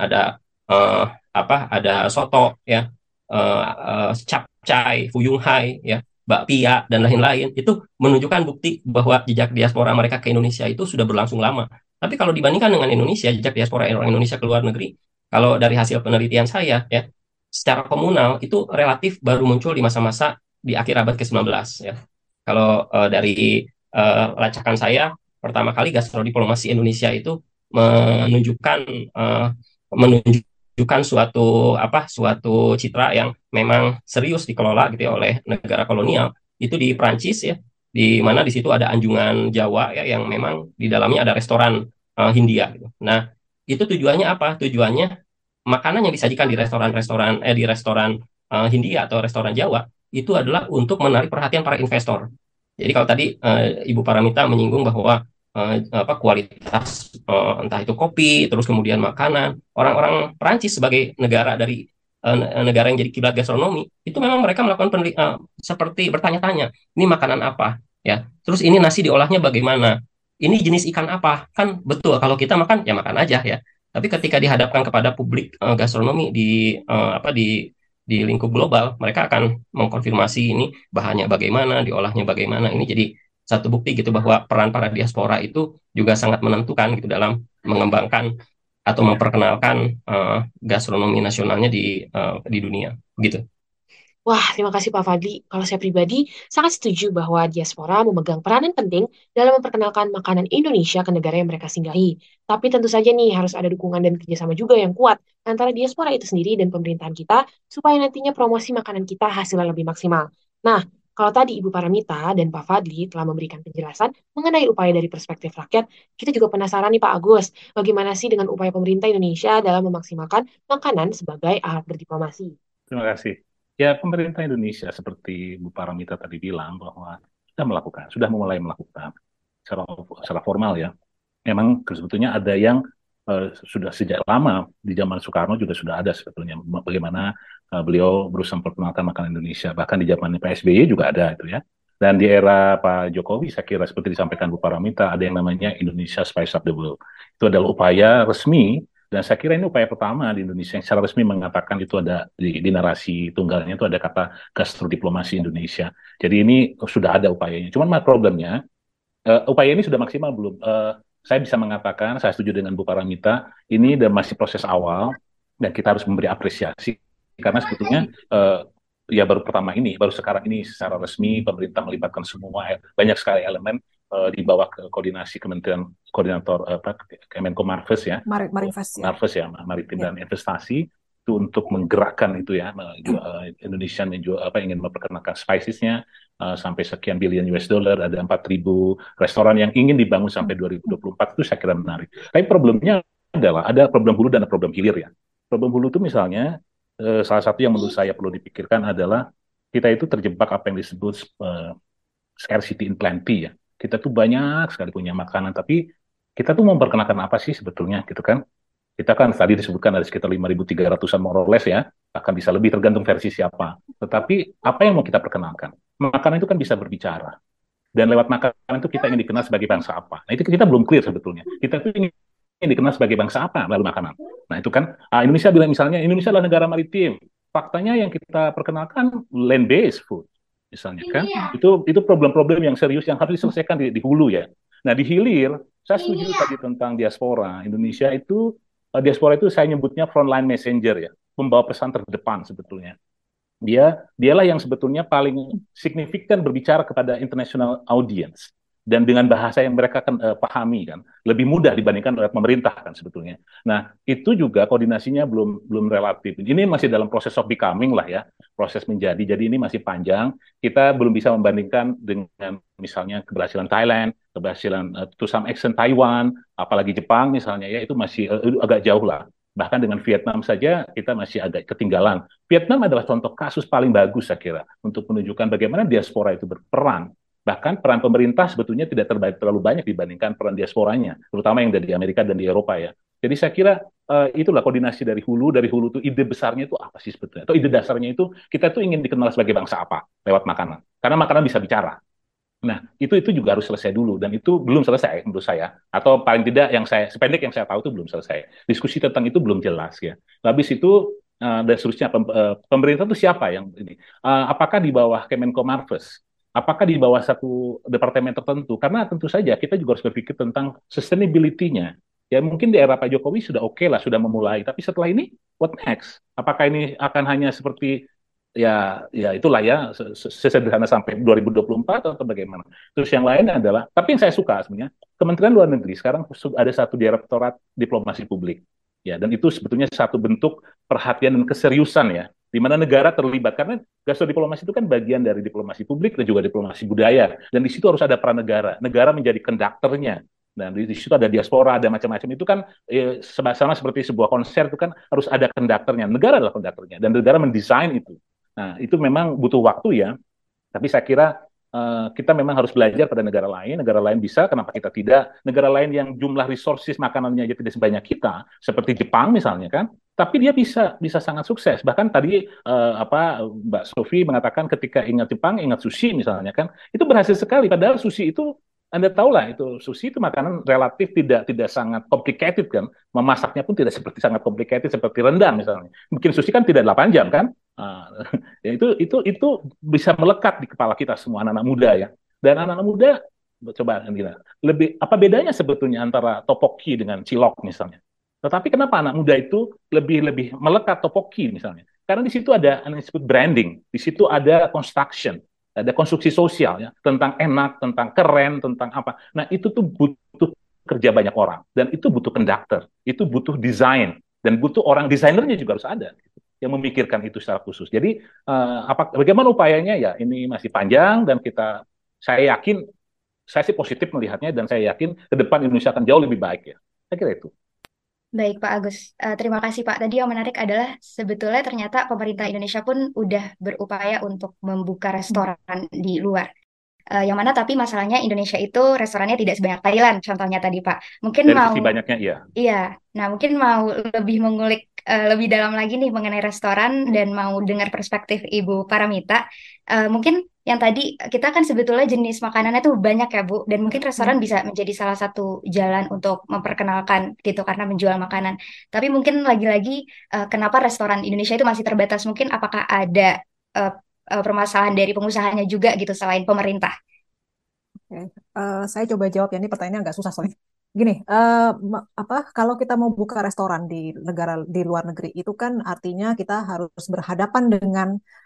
ada soto ya, capcay, fuyung hai ya, bakpia dan lain-lain. Itu menunjukkan bukti bahwa jejak diaspora mereka ke Indonesia itu sudah berlangsung lama. Tapi kalau dibandingkan dengan Indonesia, jejak diaspora orang Indonesia ke luar negeri, kalau dari hasil penelitian saya ya, secara komunal itu relatif baru muncul di masa-masa di akhir abad ke-19 ya. Kalau dari lacakan saya, pertama kali gastrodiplomasi Indonesia itu menunjukkan eh, menunjukkan suatu citra yang memang serius dikelola gitu ya oleh negara kolonial itu di Prancis ya, di mana di situ ada anjungan Jawa ya yang memang di dalamnya ada restoran Hindia gitu. Nah, itu tujuannya apa? Tujuannya makanan yang disajikan di restoran Hindia atau restoran Jawa itu adalah untuk menarik perhatian para investor. Jadi kalau tadi Ibu Paramita menyinggung bahwa kualitas entah itu kopi, terus kemudian makanan, orang-orang Perancis sebagai negara yang jadi kiblat gastronomi, itu memang mereka melakukan seperti bertanya-tanya, ini makanan apa, ya, terus ini nasi diolahnya bagaimana, ini jenis ikan apa, kan betul kalau kita makan ya makan aja ya, tapi ketika dihadapkan kepada publik gastronomi di lingkup global, mereka akan mengkonfirmasi ini bahannya bagaimana, diolahnya bagaimana, ini jadi satu bukti gitu bahwa peran para diaspora itu juga sangat menentukan gitu dalam mengembangkan atau memperkenalkan gastronomi nasionalnya di dunia gitu. Wah, terima kasih Pak Fadli. Kalau saya pribadi sangat setuju bahwa diaspora memegang peranan penting dalam memperkenalkan makanan Indonesia ke negara yang mereka singgahi. Tapi tentu saja nih harus ada dukungan dan kerjasama juga yang kuat antara diaspora itu sendiri dan pemerintahan kita supaya nantinya promosi makanan kita hasilnya lebih maksimal. Nah, kalau tadi Ibu Paramita dan Pak Fadli telah memberikan penjelasan mengenai upaya dari perspektif rakyat, kita juga penasaran nih Pak Agus, bagaimana sih dengan upaya pemerintah Indonesia dalam memaksimalkan makanan sebagai alat berdiplomasi? Terima kasih. Ya, pemerintah Indonesia seperti Bu Paramita tadi bilang bahwa sudah mulai melakukan secara formal ya. Memang sebetulnya ada yang sudah sejak lama di zaman Soekarno juga sudah ada sebetulnya bagaimana beliau berusaha memperkenalkan makanan Indonesia. Bahkan di zaman PSBY juga ada itu ya. Dan di era Pak Jokowi saya kira seperti disampaikan Bu Paramita ada yang namanya Indonesia Spice Up the World. Itu adalah upaya resmi dan saya kira ini upaya pertama di Indonesia yang secara resmi mengatakan itu ada di narasi tunggalnya itu ada kata gastrodiplomasi Indonesia. Jadi ini sudah ada upayanya. Cuman problemnya upaya ini sudah maksimal belum? Saya bisa mengatakan, saya setuju dengan Bu Paramita, ini masih proses awal dan kita harus memberi apresiasi karena sebetulnya ya baru sekarang ini secara resmi pemerintah melibatkan semua banyak sekali elemen di bawah koordinasi Kementerian Koordinator Kemenko Marves ya, Marves ya, Maritim dan Investasi itu untuk menggerakkan itu ya Indonesia ingin memperkenalkan spicesnya sampai sekian billion US dollar, ada 4.000 restoran yang ingin dibangun sampai 2024 itu saya kira menarik. Tapi problemnya adalah ada problem hulu dan ada problem hilir ya. Problem hulu itu misalnya salah satu yang menurut saya perlu dipikirkan adalah kita itu terjebak apa yang disebut scarcity in plenty ya. Kita tuh banyak sekali punya makanan, tapi kita tuh mau memperkenalkan apa sih sebetulnya gitu kan? Kita kan tadi disebutkan ada sekitar 5.300-an more or less ya, akan bisa lebih tergantung versi siapa. Tetapi apa yang mau kita perkenalkan? Makanan itu kan bisa berbicara. Dan lewat makanan itu kita ingin dikenal sebagai bangsa apa. Nah itu kita belum clear sebetulnya. Kita tuh ingin dikenal sebagai bangsa apa melalui makanan. Nah itu kan Indonesia bilang misalnya Indonesia adalah negara maritim. Faktanya yang kita perkenalkan land-based food. misalnya kan. Itu problem-problem yang serius yang harus diselesaikan di hulu ya. Nah, di hilir saya setuju tadi tentang diaspora. Indonesia itu diaspora itu saya nyebutnya frontline messenger ya, pembawa pesan terdepan sebetulnya. Dialah yang sebetulnya paling signifikan berbicara kepada international audience dan dengan bahasa yang mereka kan pahami kan lebih mudah dibandingkan oleh pemerintah kan sebetulnya. Nah, itu juga koordinasinya belum belum relatif. Ini masih dalam proses of becoming lah ya, proses menjadi. Jadi ini masih panjang. Kita belum bisa membandingkan dengan misalnya keberhasilan Thailand, keberhasilan to some extent Taiwan, apalagi Jepang misalnya ya itu masih agak jauh lah. Bahkan dengan Vietnam saja kita masih agak ketinggalan. Vietnam adalah contoh kasus paling bagus saya kira untuk menunjukkan bagaimana diaspora itu berperan. Bahkan peran pemerintah sebetulnya tidak terlalu banyak dibandingkan peran diasporanya, terutama yang dari Amerika dan di Eropa ya. Jadi saya kira itulah koordinasi dari hulu. Dari hulu itu ide besarnya itu apa sih sebetulnya? Atau ide dasarnya itu kita tuh ingin dikenal sebagai bangsa apa lewat makanan. Karena makanan bisa bicara. Nah, itu juga harus selesai dulu dan itu belum selesai menurut saya. Atau paling tidak yang saya sependek yang saya tahu itu belum selesai. Diskusi tentang itu belum jelas ya. Habis itu dan seterusnya pemerintah itu siapa yang ini? Apakah di bawah Kemenko Marves? Apakah di bawah satu departemen tertentu? Karena tentu saja kita juga harus berpikir tentang sustainability-nya. Ya mungkin di era Pak Jokowi sudah oke lah, sudah memulai. Tapi setelah ini, what next? Apakah ini akan hanya seperti ya itulah ya sesederhana sampai 2024 atau bagaimana. Terus yang lain adalah, tapi yang saya suka sebenarnya Kementerian Luar Negeri sekarang ada satu direktorat diplomasi publik. Ya, dan itu sebetulnya satu bentuk perhatian dan keseriusan ya, di mana negara terlibat karena diplomasi itu kan bagian dari diplomasi publik dan juga diplomasi budaya. Dan di situ harus ada peran negara. Negara menjadi konduktornya. Dan di situ ada diaspora, ada macam-macam. Itu kan sama seperti sebuah konser itu kan harus ada konduktornya. Negara adalah konduktornya dan negara mendesain itu. Nah, itu memang butuh waktu ya, tapi saya kira kita memang harus belajar pada negara lain bisa, kenapa kita tidak? Negara lain yang jumlah resources makanannya aja tidak sebanyak kita, seperti Jepang misalnya kan, tapi dia bisa sangat sukses. Bahkan tadi Mbak Sofi mengatakan ketika ingat Jepang, ingat sushi misalnya kan, itu berhasil sekali. Padahal sushi itu anda tahu lah itu sushi itu makanan relatif tidak sangat complicated kan, memasaknya pun tidak seperti sangat complicated seperti rendang misalnya. Bikin sushi kan tidak 8 jam kan. Ya itu bisa melekat di kepala kita semua anak-anak muda ya. Dan anak-anak muda coba gila, lebih apa bedanya sebetulnya antara topoki dengan cilok misalnya. Tetapi kenapa anak muda itu lebih lebih melekat topoki misalnya? Karena di situ ada yang disebut branding, di situ ada construction, ada konstruksi sosial ya tentang enak, tentang keren, tentang apa. Nah itu tuh butuh kerja banyak orang dan itu butuh konduktor, itu butuh desain dan butuh orang desainernya juga harus ada yang memikirkan itu secara khusus. Jadi bagaimana upayanya ya ini masih panjang dan saya yakin saya sih positif melihatnya dan saya yakin ke depan Indonesia akan jauh lebih baik ya. Saya kira itu. Baik, Pak Agus. Terima kasih, Pak. Tadi yang menarik adalah sebetulnya ternyata pemerintah Indonesia pun udah berupaya untuk membuka restoran di luar. Yang mana tapi masalahnya Indonesia itu restorannya tidak sebanyak Thailand, contohnya tadi, Pak. Mungkin Dari mau, sisi banyaknya iya. iya. Nah, mungkin mau lebih mengulik lebih dalam lagi nih mengenai restoran dan mau dengar perspektif Ibu Paramita. Mungkin yang tadi kita kan sebetulnya jenis makanannya tuh banyak ya Bu, dan mungkin restoran bisa menjadi salah satu jalan untuk memperkenalkan gitu karena menjual makanan. Tapi mungkin lagi-lagi kenapa restoran Indonesia itu masih terbatas? Mungkin apakah ada eh, permasalahan dari pengusahanya juga gitu selain pemerintah? Oke. Saya coba jawab ya, ini pertanyaannya agak susah soalnya. Gini, kalau kita mau buka restoran di negara di luar negeri itu kan artinya kita harus berhadapan dengan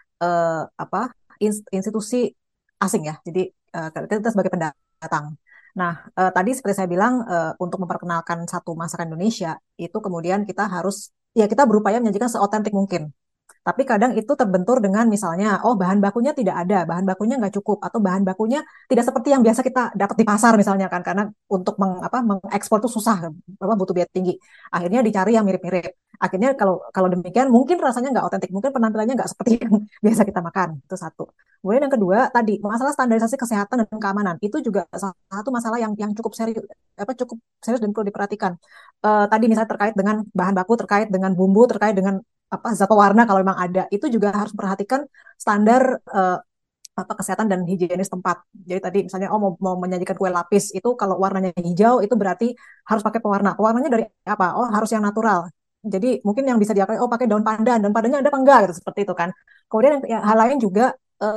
apa institusi asing ya. Jadi kita sebagai pendatang. Nah, tadi seperti saya bilang untuk memperkenalkan satu masakan Indonesia itu kemudian kita harus ya kita berupaya menyajikan seotentik mungkin. Tapi kadang itu terbentur dengan misalnya, oh bahan bakunya tidak ada, bahan bakunya nggak cukup, atau bahan bakunya tidak seperti yang biasa kita dapat di pasar misalnya kan, karena untuk mengekspor itu susah, butuh biaya tinggi. Akhirnya dicari yang mirip-mirip. Akhirnya kalau kalau demikian mungkin rasanya nggak otentik, mungkin penampilannya nggak seperti yang biasa kita makan. Itu satu. Kemudian yang kedua tadi masalah standarisasi kesehatan dan keamanan itu juga salah satu masalah yang cukup serius, cukup serius dan perlu diperhatikan. Tadi misalnya terkait dengan bahan baku, terkait dengan bumbu, terkait dengan zat pewarna kalau memang ada itu juga harus memperhatikan standar kesehatan dan higienis tempat. Jadi tadi misalnya mau menyajikan kue lapis itu kalau warnanya hijau itu berarti harus pakai pewarna. Pewarnanya dari apa? Oh harus yang natural. Jadi mungkin yang bisa dipakai pakai daun pandan ada apa enggak gitu seperti itu kan. Kemudian hal lain juga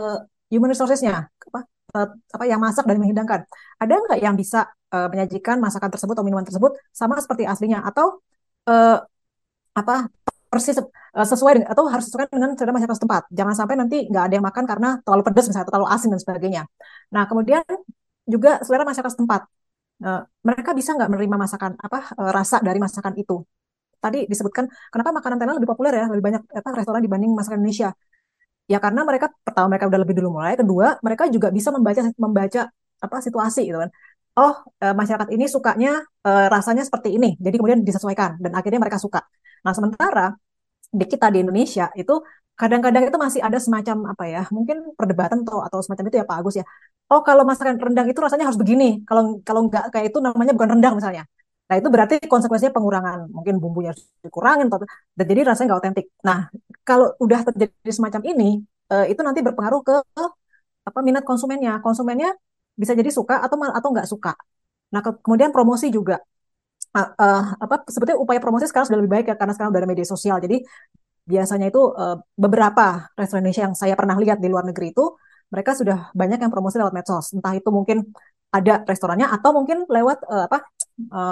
human resources-nya, apa yang masak dan menghidangkan. Ada nggak yang bisa menyajikan masakan tersebut atau minuman tersebut sama seperti aslinya, atau eh, apa persis sesuai dengan, atau harus sesuai dengan selera masyarakat setempat. Jangan sampai nanti nggak ada yang makan karena terlalu pedas misalnya, atau terlalu asin dan sebagainya. Nah, kemudian juga selera masyarakat setempat. Mereka bisa nggak menerima masakan rasa dari masakan itu. Tadi disebutkan kenapa makanan Thailand lebih populer ya, lebih banyak restoran dibanding masakan Indonesia. Ya karena mereka pertama mereka udah lebih dulu mulai, kedua mereka juga bisa membaca membaca situasi gitu kan. Oh, masyarakat ini sukanya rasanya seperti ini, jadi kemudian disesuaikan dan akhirnya mereka suka. Nah, sementara di kita di Indonesia itu kadang-kadang itu masih ada semacam apa ya, mungkin perdebatan atau semacam itu ya Pak Agus ya. Oh, kalau masakan rendang itu rasanya harus begini. Kalau kalau nggak kayak itu namanya bukan rendang misalnya. Nah, itu berarti konsekuensinya pengurangan, mungkin bumbunya harus dikurangin dan jadi rasanya nggak otentik. Nah, kalau udah terjadi semacam ini, itu nanti berpengaruh ke minat konsumennya. Konsumennya bisa jadi suka atau nggak suka. Nah, kemudian promosi juga. Sebetulnya upaya promosi sekarang sudah lebih baik ya karena sekarang udah ada media sosial. Jadi biasanya itu beberapa restoran Indonesia yang saya pernah lihat di luar negeri itu mereka sudah banyak yang promosi lewat medsos. Entah itu mungkin ada restorannya atau mungkin lewat uh,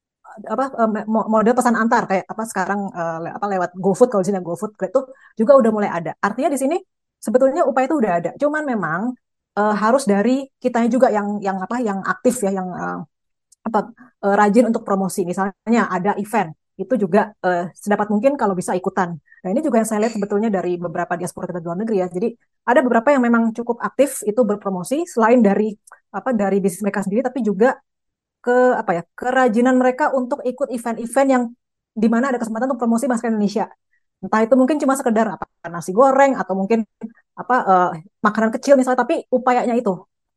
model pesan antar kayak sekarang lewat GoFood, kalau di sini GoFood itu juga udah mulai ada. Artinya di sini sebetulnya upaya itu udah ada. Cuman memang harus dari kitanya juga yang aktif ya, yang apa rajin untuk promosi. Misalnya ada event, itu juga sedapat mungkin kalau bisa ikutan. Nah, ini juga yang saya lihat sebetulnya dari beberapa diaspora kita di luar negeri ya. Jadi ada beberapa yang memang cukup aktif itu berpromosi selain dari bisnis mereka sendiri, tapi juga kerajinan mereka untuk ikut event-event yang di mana ada kesempatan untuk promosi masakan Indonesia. Entah itu mungkin cuma sekedar nasi goreng atau mungkin makanan kecil misalnya, tapi upayanya itu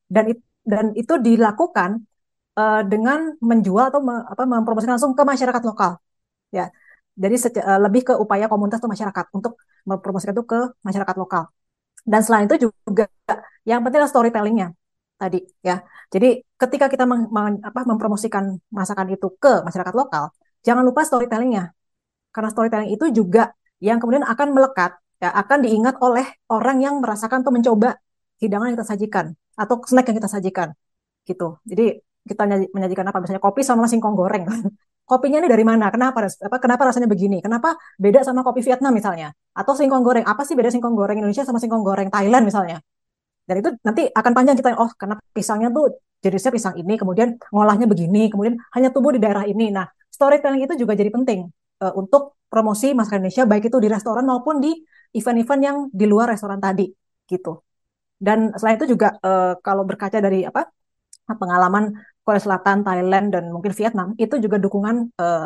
dan itu dilakukan dengan menjual atau mempromosikan langsung ke masyarakat lokal ya. Jadi lebih ke upaya komunitas atau masyarakat untuk mempromosikan itu ke masyarakat lokal. Dan selain itu juga yang penting adalah storytellingnya tadi ya. Jadi ketika kita mempromosikan masakan itu ke masyarakat lokal, jangan lupa storytellingnya. Karena storytelling itu juga yang kemudian akan melekat, ya, akan diingat oleh orang yang merasakan atau mencoba hidangan yang kita sajikan atau snack yang kita sajikan gitu. Jadi kita menyajikan apa misalnya kopi sama singkong goreng. Kopinya ini dari mana? Kenapa rasanya begini? Kenapa beda sama kopi Vietnam misalnya? Atau singkong goreng, apa sih beda singkong goreng Indonesia sama singkong goreng Thailand misalnya? Dan itu nanti akan panjang kita, oh karena pisangnya tuh jenisnya pisang ini, kemudian ngolahnya begini, kemudian hanya tumbuh di daerah ini. Nah, storytelling itu juga jadi penting untuk promosi masakan Indonesia, baik itu di restoran maupun di event-event yang di luar restoran tadi, gitu. Dan selain itu juga kalau berkaca dari pengalaman Korea Selatan, Thailand, dan mungkin Vietnam, itu juga dukungan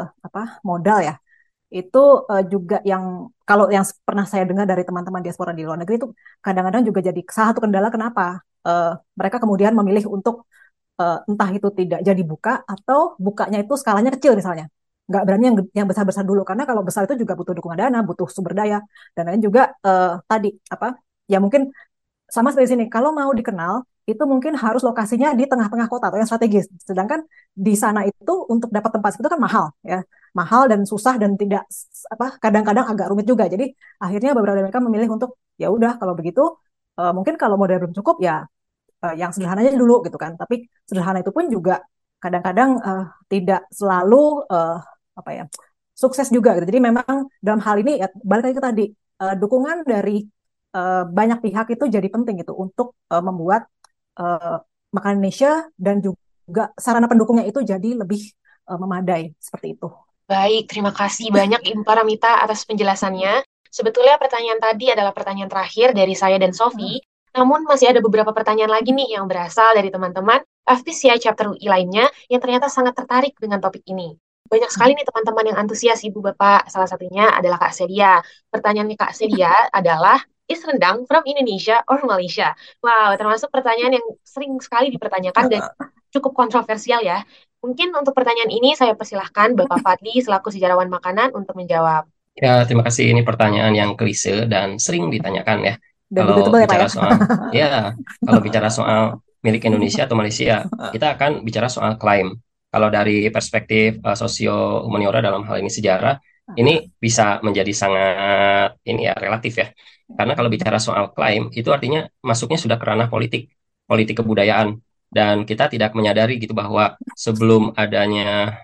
modal ya. Itu juga yang kalau yang pernah saya dengar dari teman-teman diaspora di luar negeri itu kadang-kadang juga jadi salah satu kendala kenapa mereka kemudian memilih untuk entah itu tidak jadi buka atau bukanya itu skalanya kecil misalnya. Nggak berani yang besar-besar dulu karena kalau besar itu juga butuh dukungan dana, butuh sumber daya dan lain juga tadi ya mungkin sama seperti sini. Kalau mau dikenal, itu mungkin harus lokasinya di tengah-tengah kota atau yang strategis. Sedangkan di sana itu untuk dapat tempat itu kan mahal, ya, mahal dan susah dan tidak kadang-kadang agak rumit juga. Jadi akhirnya beberapa dari mereka memilih untuk ya udah kalau begitu mungkin kalau modal belum cukup ya yang sederhananya dulu gitu kan. Tapi sederhana itu pun juga kadang-kadang tidak selalu apa ya sukses juga gitu. Jadi memang dalam hal ini ya balik lagi ke tadi dukungan dari banyak pihak itu jadi penting gitu untuk membuat uh, makanan Indonesia dan juga sarana pendukungnya itu jadi lebih memadai seperti itu. Baik, terima kasih banyak Ibu Paramita atas penjelasannya. Sebetulnya pertanyaan tadi adalah pertanyaan terakhir dari saya dan Sofi, namun masih ada beberapa pertanyaan lagi nih yang berasal dari teman-teman FPCI Chapter UI lainnya yang ternyata sangat tertarik dengan topik ini. Banyak sekali nih teman-teman yang antusias Ibu Bapak, salah satunya adalah Kak Celia. Pertanyaannya Kak Celia adalah, is rendang from Indonesia or Malaysia? Wow, termasuk pertanyaan yang sering sekali dipertanyakan dan cukup kontroversial ya. Mungkin untuk pertanyaan ini saya persilahkan Bapak Fadli selaku sejarawan makanan untuk menjawab. Ya, terima kasih. Ini pertanyaan yang klise dan sering ditanyakan ya. Dan Kalau debatable ya Pak bicara ya. soal, ya, kalau bicara soal milik Indonesia atau Malaysia, kita akan bicara soal klaim. Kalau dari perspektif sosio humaniora dalam hal ini sejarah, Ini bisa menjadi sangat ini ya relatif ya. Karena kalau bicara soal klaim itu artinya masuknya sudah ke ranah politik, politik kebudayaan dan kita tidak menyadari gitu bahwa sebelum adanya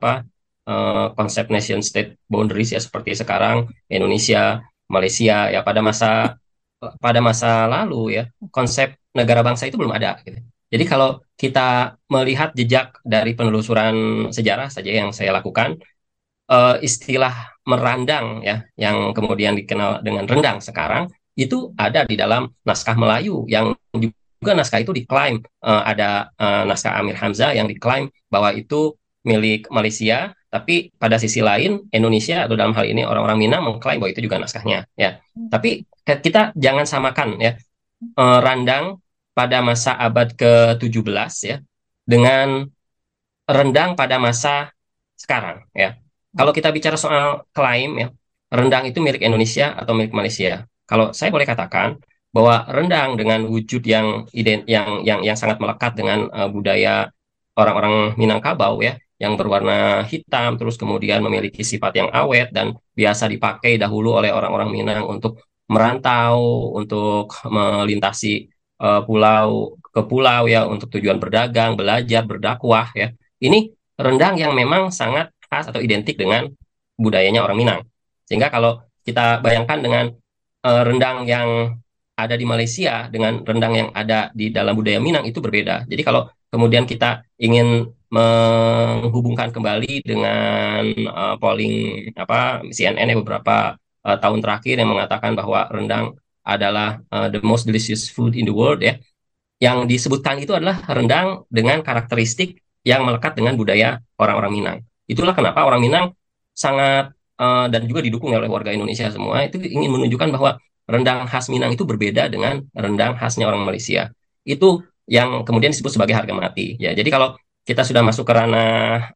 konsep nation state boundaries ya seperti sekarang Indonesia, Malaysia ya pada masa lalu ya konsep negara bangsa itu belum ada gitu. Jadi kalau kita melihat jejak dari penelusuran sejarah saja yang saya lakukan, istilah merandang ya yang kemudian dikenal dengan rendang sekarang itu ada di dalam naskah Melayu yang juga naskah itu diklaim, ada naskah Amir Hamzah yang diklaim bahwa itu milik Malaysia, tapi pada sisi lain Indonesia atau dalam hal ini orang-orang Minang mengklaim bahwa itu juga naskahnya ya. Tapi kita jangan samakan ya randang pada masa abad ke-17 ya dengan rendang pada masa sekarang ya. Kalau kita bicara soal klaim ya, rendang itu milik Indonesia atau milik Malaysia. Kalau saya boleh katakan bahwa rendang dengan wujud yang sangat melekat dengan budaya orang-orang Minangkabau ya, yang berwarna hitam terus kemudian memiliki sifat yang awet dan biasa dipakai dahulu oleh orang-orang Minang untuk merantau, untuk melintasi pulau ke pulau ya untuk tujuan berdagang, belajar, berdakwah ya. Ini rendang yang memang sangat khas atau identik dengan budayanya orang Minang. Sehingga kalau kita bayangkan dengan rendang yang ada di Malaysia dengan rendang yang ada di dalam budaya Minang itu berbeda. Jadi kalau kemudian kita ingin menghubungkan kembali dengan polling CNN ya beberapa tahun terakhir yang mengatakan bahwa rendang adalah the most delicious food in the world ya. Yang disebutkan itu adalah rendang dengan karakteristik yang melekat dengan budaya orang-orang Minang. Itulah kenapa orang Minang sangat dan juga didukung oleh warga Indonesia semua itu ingin menunjukkan bahwa rendang khas Minang itu berbeda dengan rendang khasnya orang Malaysia. Itu yang kemudian disebut sebagai harga mati. Ya, jadi kalau kita sudah masuk ke ranah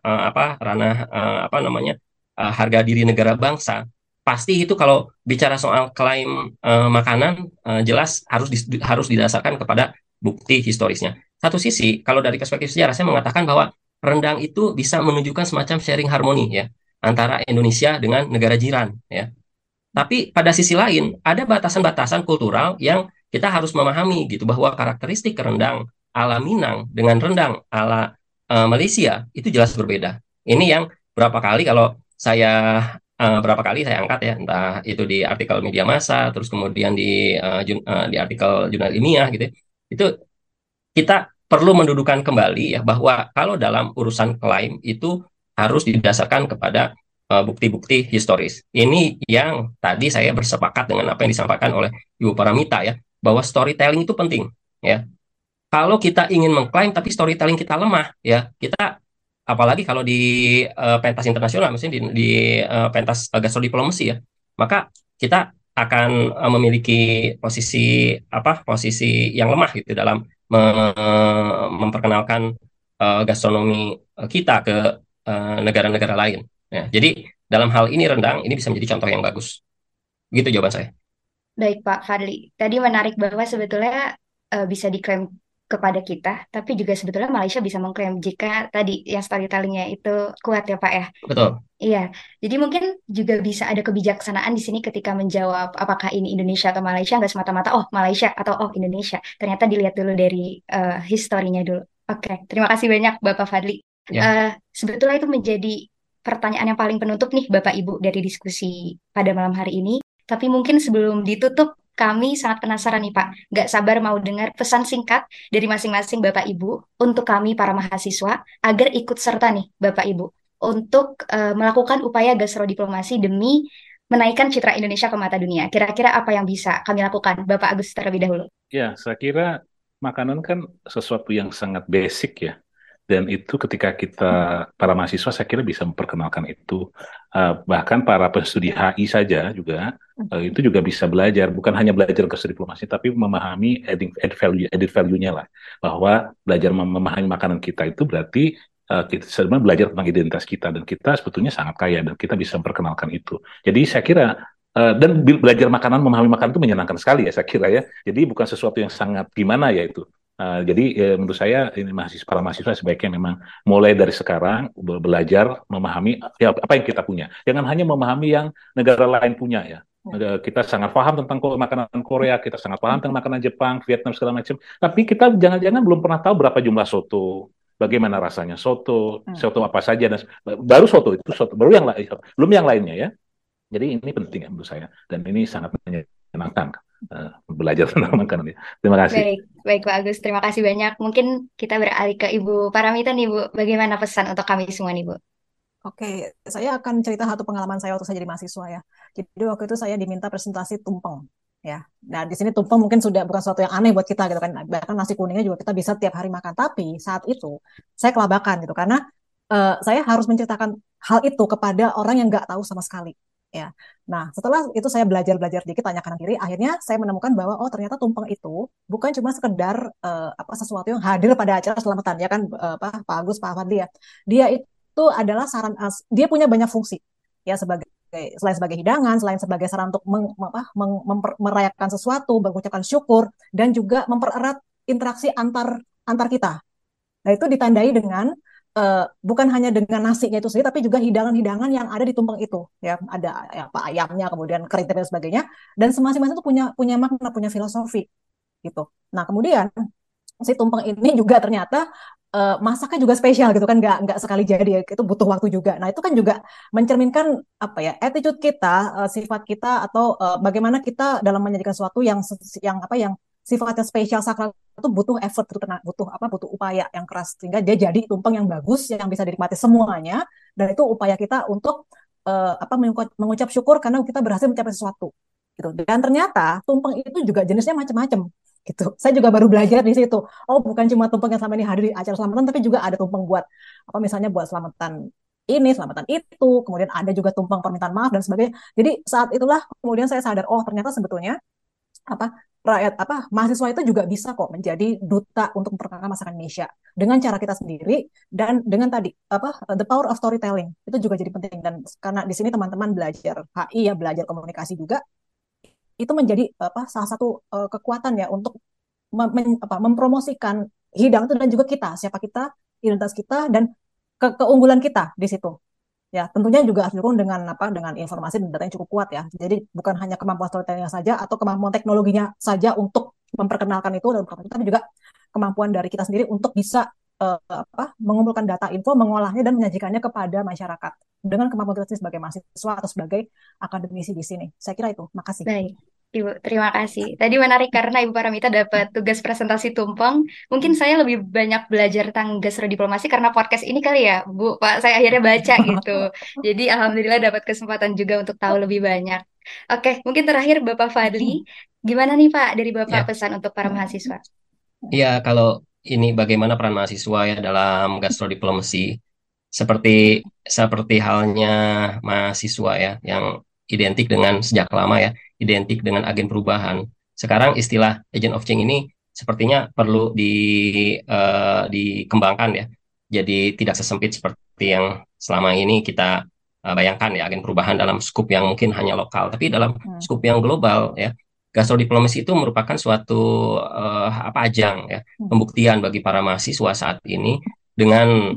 harga diri negara bangsa, pasti itu kalau bicara soal klaim makanan jelas harus didasarkan kepada bukti historisnya. Satu sisi, kalau dari perspektif sejarah, saya mengatakan bahwa rendang itu bisa menunjukkan semacam sharing harmoni ya antara Indonesia dengan negara jiran ya. Tapi pada sisi lain ada batasan-batasan kultural yang kita harus memahami gitu bahwa karakteristik rendang ala Minang dengan rendang ala Malaysia itu jelas berbeda. Ini yang berapa kali saya angkat ya entah itu di artikel media massa terus kemudian di artikel jurnal ilmiah gitu ya. Itu kita perlu mendudukan kembali ya bahwa kalau dalam urusan klaim itu harus didasarkan kepada bukti-bukti historis. Ini yang tadi saya bersepakat dengan apa yang disampaikan oleh Ibu Paramita ya, bahwa storytelling itu penting ya. Kalau kita ingin mengklaim tapi storytelling kita lemah ya, kita apalagi kalau di pentas internasional, misalnya di pentas gastrodiplomasi ya, maka kita akan memiliki posisi yang lemah gitu dalam memperkenalkan gastronomi kita ke negara-negara lain. Ya, jadi dalam hal ini rendang ini bisa menjadi contoh yang bagus. Gitu jawaban saya. Baik Pak Fadli, tadi menarik bahwa sebetulnya bisa diklaim kepada kita, tapi juga sebetulnya Malaysia bisa mengklaim jika tadi yang storytellingnya itu kuat ya Pak ya. Betul. Iya, jadi mungkin juga bisa ada kebijaksanaan di sini ketika menjawab apakah ini Indonesia atau Malaysia, nggak semata-mata oh Malaysia atau oh Indonesia. Ternyata dilihat dulu dari historinya dulu. Oke, terima kasih banyak Bapak Fadli. Ya. Sebetulnya itu menjadi pertanyaan yang paling penutup nih Bapak Ibu dari diskusi pada malam hari ini. Tapi mungkin sebelum ditutup, kami sangat penasaran nih Pak. Nggak sabar mau dengar pesan singkat dari masing-masing Bapak Ibu untuk kami para mahasiswa agar ikut serta nih Bapak Ibu untuk melakukan upaya gastrodiplomasi demi menaikkan citra Indonesia ke mata dunia. Kira-kira apa yang bisa kami lakukan? Bapak Agus terlebih dahulu. Ya, saya kira makanan kan sesuatu yang sangat basic ya. Dan itu ketika kita, para mahasiswa saya kira bisa memperkenalkan itu. Bahkan para studi HI saja juga, itu juga bisa belajar. Bukan hanya belajar ke diplomasi, tapi memahami added value-nya lah. Bahwa belajar memahami makanan kita itu berarti kita sebenarnya belajar tentang identitas kita. Dan kita sebetulnya sangat kaya dan kita bisa memperkenalkan itu. Jadi saya kira, dan belajar makanan, memahami makanan itu menyenangkan sekali ya saya kira ya. Jadi bukan sesuatu yang sangat gimana ya itu. Jadi menurut saya ini para mahasiswa sebaiknya memang mulai dari sekarang belajar memahami ya, apa yang kita punya. Jangan hanya memahami yang negara lain punya ya. Kita sangat paham tentang makanan Korea, kita sangat paham tentang makanan Jepang, Vietnam segala macam. Tapi kita jangan-jangan belum pernah tahu berapa jumlah soto, bagaimana rasanya soto apa saja dan baru soto itu soto, baru yang lain, belum yang lainnya ya. Jadi ini penting ya menurut saya dan ini sangat menyenangkan belajar tentang makanan. Terima kasih. Baik, baik Pak Agus. Terima kasih banyak. Mungkin kita beralih ke Ibu Paramita nih, Bu. Bagaimana pesan untuk kami semua nih, Bu? Oke, saya akan cerita satu pengalaman saya waktu saya jadi mahasiswa ya. Jadi waktu itu saya diminta presentasi tumpeng ya. Nah, di sini tumpeng mungkin sudah bukan sesuatu yang aneh buat kita gitu kan. Bahkan nasi kuningnya juga kita bisa tiap hari makan. Tapi saat itu saya kelabakan gitu karena saya harus menceritakan hal itu kepada orang yang nggak tahu sama sekali ya. Nah, setelah itu saya belajar dikit, tanya kanan kiri, akhirnya saya menemukan bahwa oh ternyata tumpeng itu bukan cuma sekedar sesuatu yang hadir pada acara selamatan ya kan Pak Agus, Pak Fadli ya. Dia itu adalah dia punya banyak fungsi ya selain sebagai hidangan, selain sebagai sarana untuk merayakan sesuatu, mengucapkan syukur dan juga mempererat interaksi antar antar kita. Nah, itu ditandai dengan bukan hanya dengan nasinya itu sendiri, tapi juga hidangan-hidangan yang ada di tumpeng itu ya, ada ya, apa ayamnya, kemudian kering dan sebagainya, dan masing-masing itu punya makna, punya filosofi gitu. Nah, kemudian si tumpeng ini juga ternyata masaknya juga spesial gitu kan, nggak sekali jadi ya, itu butuh waktu juga. Nah, itu kan juga mencerminkan apa ya, attitude kita, sifat kita, atau bagaimana kita dalam menyajikan sesuatu yang sifatnya spesial sakral itu butuh effort, butuh upaya yang keras sehingga dia jadi tumpeng yang bagus yang bisa dinikmati semuanya, dan itu upaya kita untuk mengucap syukur karena kita berhasil mencapai sesuatu gitu. Dan ternyata tumpeng itu juga jenisnya macam-macam gitu. Saya juga baru belajar di situ. Oh, bukan cuma tumpeng yang selama ini hadir di acara selamatan, tapi juga ada tumpeng buat misalnya buat selamatan ini, selamatan itu, kemudian ada juga tumpeng permintaan maaf dan sebagainya. Jadi saat itulah kemudian saya sadar, oh ternyata sebetulnya mahasiswa itu juga bisa kok menjadi duta untuk memperkenalkan masakan Indonesia dengan cara kita sendiri, dan dengan tadi the power of storytelling itu juga jadi penting. Dan karena di sini teman-teman belajar HI ya, belajar komunikasi juga, itu menjadi salah satu kekuatan ya untuk mempromosikan hidangan itu, dan juga siapa kita, identitas kita, dan keunggulan kita di situ. Ya, tentunya juga harus didukung dengan informasi dan data yang cukup kuat ya. Jadi bukan hanya kemampuan storytelling saja atau kemampuan teknologinya saja untuk memperkenalkan itu, tapi juga kemampuan dari kita sendiri untuk bisa mengumpulkan data info, mengolahnya dan menyajikannya kepada masyarakat dengan kemampuan kita sebagai mahasiswa atau sebagai akademisi di sini. Saya kira itu. Makasih. Baik, Ibu, terima kasih. Tadi menarik karena Ibu Paramita dapat tugas presentasi tumpeng. Mungkin saya lebih banyak belajar tentang gastrodiplomasi karena podcast ini kali ya, Bu. Pak, saya akhirnya baca gitu. Jadi alhamdulillah dapat kesempatan juga untuk tahu lebih banyak. Oke, mungkin terakhir Bapak Fadli, gimana nih Pak dari Bapak Ya, pesan untuk para mahasiswa? ya kalau ini bagaimana peran mahasiswa ya dalam gastrodiplomasi, seperti halnya mahasiswa ya yang identik dengan sejak lama ya, identik dengan agen perubahan. Sekarang istilah agent of change ini sepertinya perlu dikembangkan ya. Jadi tidak sesempit seperti yang selama ini kita bayangkan ya, agen perubahan dalam skup yang mungkin hanya lokal, tapi dalam skup yang global ya. Gastrodiplomasi itu merupakan suatu ajang ya, pembuktian bagi para mahasiswa saat ini dengan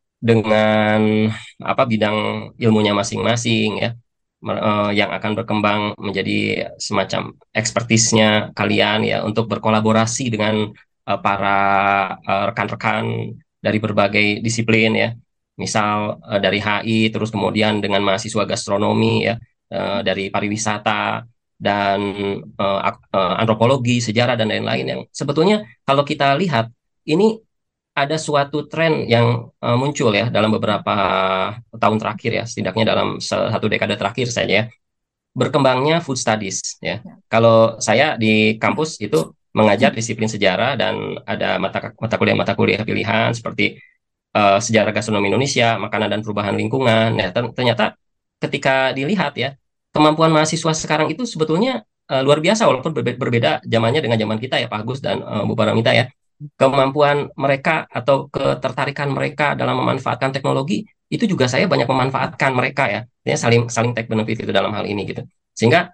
bidang ilmunya masing-masing ya, yang akan berkembang menjadi semacam ekspertisnya kalian ya, untuk berkolaborasi dengan para rekan-rekan dari berbagai disiplin ya, misal dari HI, terus kemudian dengan mahasiswa gastronomi ya, dari pariwisata dan antropologi, sejarah dan lain-lain, yang sebetulnya kalau kita lihat ini ada suatu tren yang muncul ya dalam beberapa tahun terakhir ya, setidaknya dalam satu dekade terakhir saja ya, berkembangnya food studies ya. Kalau saya di kampus itu mengajar disiplin sejarah dan ada mata kuliah pilihan seperti sejarah gastronomi Indonesia, makanan dan perubahan lingkungan. Ya, ternyata ketika dilihat ya, kemampuan mahasiswa sekarang itu sebetulnya luar biasa, walaupun berbeda zamannya dengan zaman kita ya Pak Agus dan Bu Paramita ya. Kemampuan mereka atau ketertarikan mereka dalam memanfaatkan teknologi itu juga saya banyak memanfaatkan mereka ya. Saling take benefit itu dalam hal ini gitu. Sehingga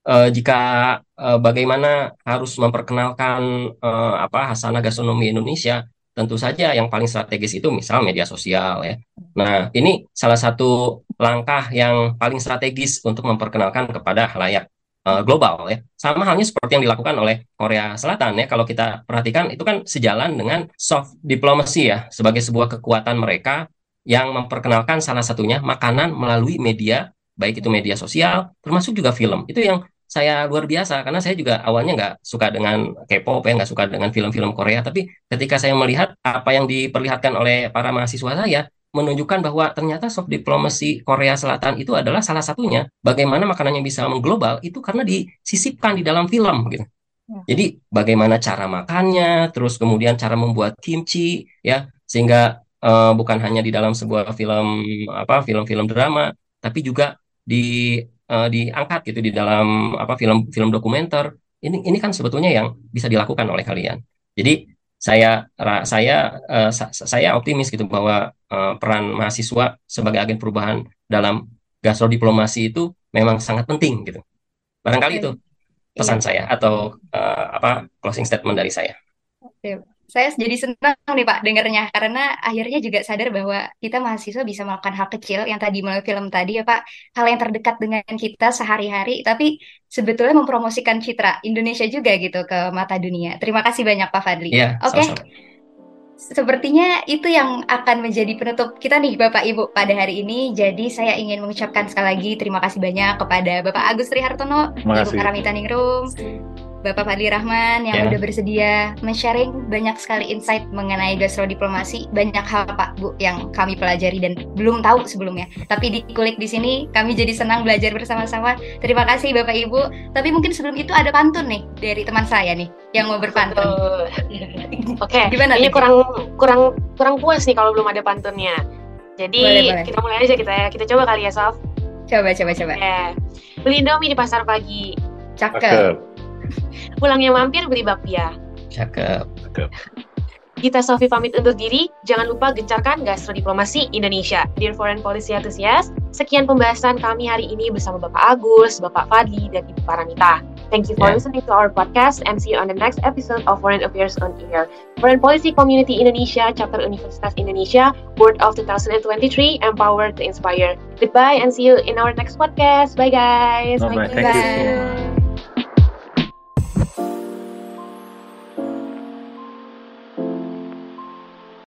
jika bagaimana harus memperkenalkan hasanah gastronomi Indonesia, tentu saja yang paling strategis itu misal media sosial ya. Nah, ini salah satu langkah yang paling strategis untuk memperkenalkan kepada khalayak global ya. Sama halnya seperti yang dilakukan oleh Korea Selatan ya. Kalau kita perhatikan itu kan sejalan dengan soft diplomacy ya, sebagai sebuah kekuatan mereka yang memperkenalkan salah satunya makanan melalui media, baik itu media sosial, termasuk juga film. Itu yang saya luar biasa, karena saya juga awalnya nggak suka dengan K-pop ya, nggak suka dengan film-film Korea, tapi ketika saya melihat apa yang diperlihatkan oleh para mahasiswa saya, menunjukkan bahwa ternyata soft diplomacy Korea Selatan itu adalah salah satunya. Bagaimana makanannya bisa mengglobal, itu karena disisipkan di dalam film gitu. Jadi bagaimana cara makannya, terus kemudian cara membuat kimchi ya, sehingga bukan hanya di dalam sebuah film-film drama, tapi juga diangkat gitu di dalam film-film dokumenter. Ini kan sebetulnya yang bisa dilakukan oleh kalian. Jadi saya optimis gitu bahwa peran mahasiswa sebagai agen perubahan dalam gastrodiplomasi itu memang sangat penting gitu. Barangkali itu pesan saya atau closing statement dari saya. Oke. Saya jadi senang nih Pak dengarnya karena akhirnya juga sadar bahwa kita mahasiswa bisa melakukan hal kecil yang tadi melalui film tadi ya Pak, hal yang terdekat dengan kita sehari-hari, tapi sebetulnya mempromosikan citra Indonesia juga gitu ke mata dunia. Terima kasih banyak Pak Fadli. Iya, Oke, sama-sama. sepertinya itu yang akan menjadi penutup kita nih Bapak Ibu pada hari ini. Jadi saya ingin mengucapkan sekali lagi terima kasih banyak kepada Bapak Agus Trihartono, Terima Ibu kasih. Paramita Ningrum, Bapak Fadli Rahman yang Ya. udah bersedia men-sharing banyak sekali insight mengenai gastrodiplomasi. Banyak hal Pak Bu yang kami pelajari dan belum tahu sebelumnya. Tapi dikulik di sini kami jadi senang belajar bersama-sama. Terima kasih Bapak Ibu. Tapi mungkin sebelum itu ada pantun nih dari teman saya nih yang mau berpantun. Oke, Gimana kayaknya tuh? kurang puas nih kalau belum ada pantunnya. Jadi Boleh. kita mulai aja kita coba kali ya, Sof. Coba. Ya. Beli Indomie di pasar pagi. Cakep. Cakep. Pulangnya mampir beli bakpia. Cakep. Cakep. Kita Sofi pamit undur diri. Jangan lupa gencarkan gastrodiplomasi Indonesia. Dear Foreign Policy Enthusiast, sekian pembahasan kami hari ini bersama Bapak Agus, Bapak Fadli, dan Ibu Paramita. Thank you for listening to our podcast and see you on the next episode of Foreign Affairs on Air. Foreign Policy Community Indonesia, Chapter Universitas Indonesia, Word of 2023, Empowered to Inspire. Goodbye and see you in our next podcast. Bye guys. Bye-bye. Thank you. Thank you.